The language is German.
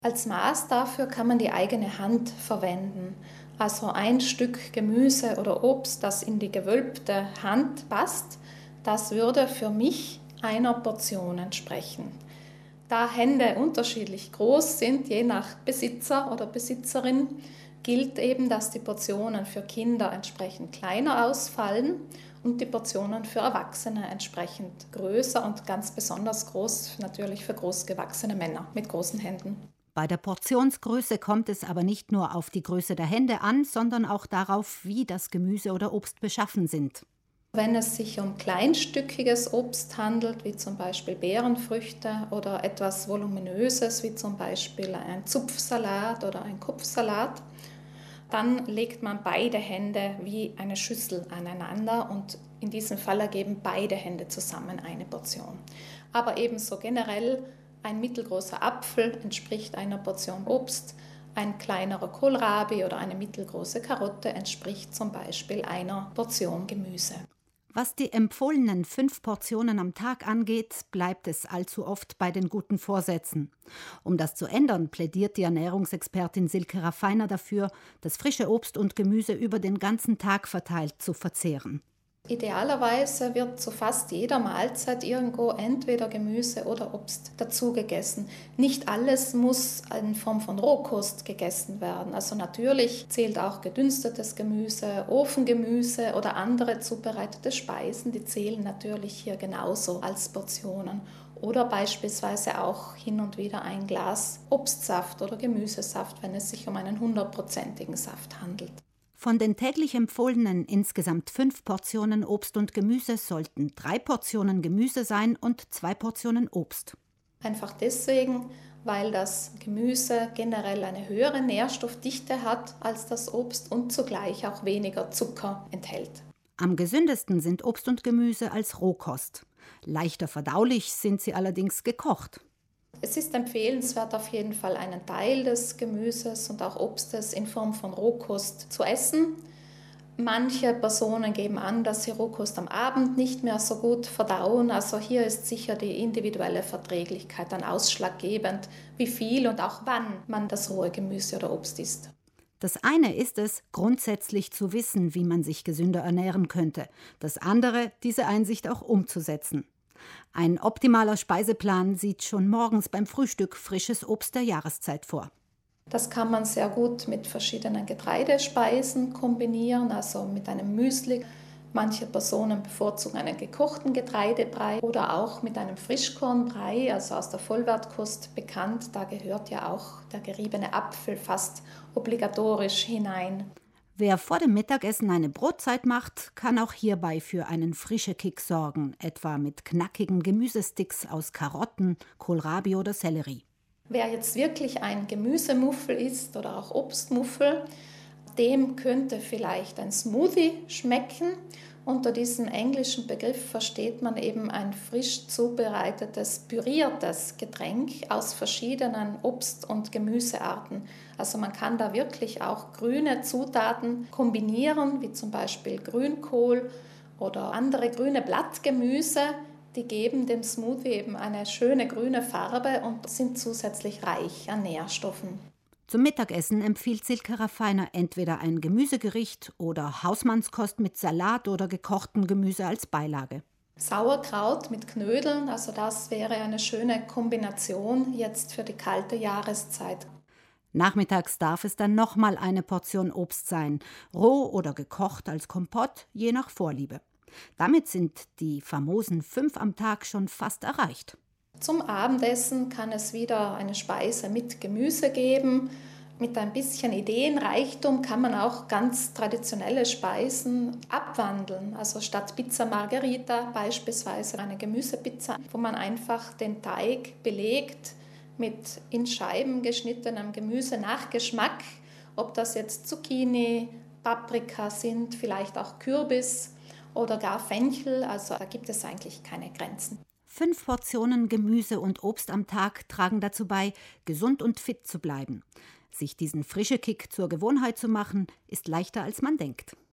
Als Maß dafür kann man die eigene Hand verwenden. Also ein Stück Gemüse oder Obst, das in die gewölbte Hand passt, das würde für mich einer Portion entsprechen. Da Hände unterschiedlich groß sind, je nach Besitzer oder Besitzerin, gilt eben, dass die Portionen für Kinder entsprechend kleiner ausfallen und die Portionen für Erwachsene entsprechend größer und ganz besonders groß natürlich für großgewachsene Männer mit großen Händen. Bei der Portionsgröße kommt es aber nicht nur auf die Größe der Hände an, sondern auch darauf, wie das Gemüse oder Obst beschaffen sind. Wenn es sich um kleinstückiges Obst handelt, wie zum Beispiel Beerenfrüchte oder etwas Voluminöses, wie zum Beispiel ein Zupfsalat oder ein Kopfsalat, dann legt man beide Hände wie eine Schüssel aneinander und in diesem Fall ergeben beide Hände zusammen eine Portion. Aber ebenso generell ein mittelgroßer Apfel entspricht einer Portion Obst, ein kleinerer Kohlrabi oder eine mittelgroße Karotte entspricht zum Beispiel einer Portion Gemüse. Was die empfohlenen 5 Portionen am Tag angeht, bleibt es allzu oft bei den guten Vorsätzen. Um das zu ändern, plädiert die Ernährungsexpertin Silke Raffiner dafür, das frische Obst und Gemüse über den ganzen Tag verteilt zu verzehren. Idealerweise wird zu fast jeder Mahlzeit irgendwo entweder Gemüse oder Obst dazu gegessen. Nicht alles muss in Form von Rohkost gegessen werden. Also natürlich zählt auch gedünstetes Gemüse, Ofengemüse oder andere zubereitete Speisen, die zählen natürlich hier genauso als Portionen. Oder beispielsweise auch hin und wieder ein Glas Obstsaft oder Gemüsesaft, wenn es sich um einen 100%igen Saft handelt. Von den täglich empfohlenen insgesamt 5 Portionen Obst und Gemüse sollten 3 Portionen Gemüse sein und 2 Portionen Obst. Einfach deswegen, weil das Gemüse generell eine höhere Nährstoffdichte hat als das Obst und zugleich auch weniger Zucker enthält. Am gesündesten sind Obst und Gemüse als Rohkost. Leichter verdaulich sind sie allerdings gekocht. Es ist empfehlenswert, auf jeden Fall einen Teil des Gemüses und auch Obstes in Form von Rohkost zu essen. Manche Personen geben an, dass sie Rohkost am Abend nicht mehr so gut verdauen. Also hier ist sicher die individuelle Verträglichkeit dann ausschlaggebend, wie viel und auch wann man das rohe Gemüse oder Obst isst. Das eine ist es, grundsätzlich zu wissen, wie man sich gesünder ernähren könnte. Das andere, diese Einsicht auch umzusetzen. Ein optimaler Speiseplan sieht schon morgens beim Frühstück frisches Obst der Jahreszeit vor. Das kann man sehr gut mit verschiedenen Getreidespeisen kombinieren, also mit einem Müsli. Manche Personen bevorzugen einen gekochten Getreidebrei oder auch mit einem Frischkornbrei, also aus der Vollwertkost bekannt. Da gehört ja auch der geriebene Apfel fast obligatorisch hinein. Wer vor dem Mittagessen eine Brotzeit macht, kann auch hierbei für einen frischen Kick sorgen, etwa mit knackigen Gemüsesticks aus Karotten, Kohlrabi oder Sellerie. Wer jetzt wirklich ein Gemüsemuffel isst oder auch Obstmuffel, dem könnte vielleicht ein Smoothie schmecken. Unter diesem englischen Begriff versteht man eben ein frisch zubereitetes, püriertes Getränk aus verschiedenen Obst- und Gemüsearten. Also man kann da wirklich auch grüne Zutaten kombinieren, wie zum Beispiel Grünkohl oder andere grüne Blattgemüse. Die geben dem Smoothie eben eine schöne grüne Farbe und sind zusätzlich reich an Nährstoffen. Zum Mittagessen empfiehlt Silke Raffiner entweder ein Gemüsegericht oder Hausmannskost mit Salat oder gekochtem Gemüse als Beilage. Sauerkraut mit Knödeln, also das wäre eine schöne Kombination jetzt für die kalte Jahreszeit. Nachmittags darf es dann nochmal eine Portion Obst sein, roh oder gekocht als Kompott, je nach Vorliebe. Damit sind die famosen 5 am Tag schon fast erreicht. Zum Abendessen kann es wieder eine Speise mit Gemüse geben. Mit ein bisschen Ideenreichtum kann man auch ganz traditionelle Speisen abwandeln. Also statt Pizza Margherita beispielsweise eine Gemüsepizza, wo man einfach den Teig belegt mit in Scheiben geschnittenem Gemüse nach Geschmack. Ob das jetzt Zucchini, Paprika sind, vielleicht auch Kürbis oder gar Fenchel. Also da gibt es eigentlich keine Grenzen. 5 Portionen Gemüse und Obst am Tag tragen dazu bei, gesund und fit zu bleiben. Sich diesen frischen Kick zur Gewohnheit zu machen, ist leichter als man denkt.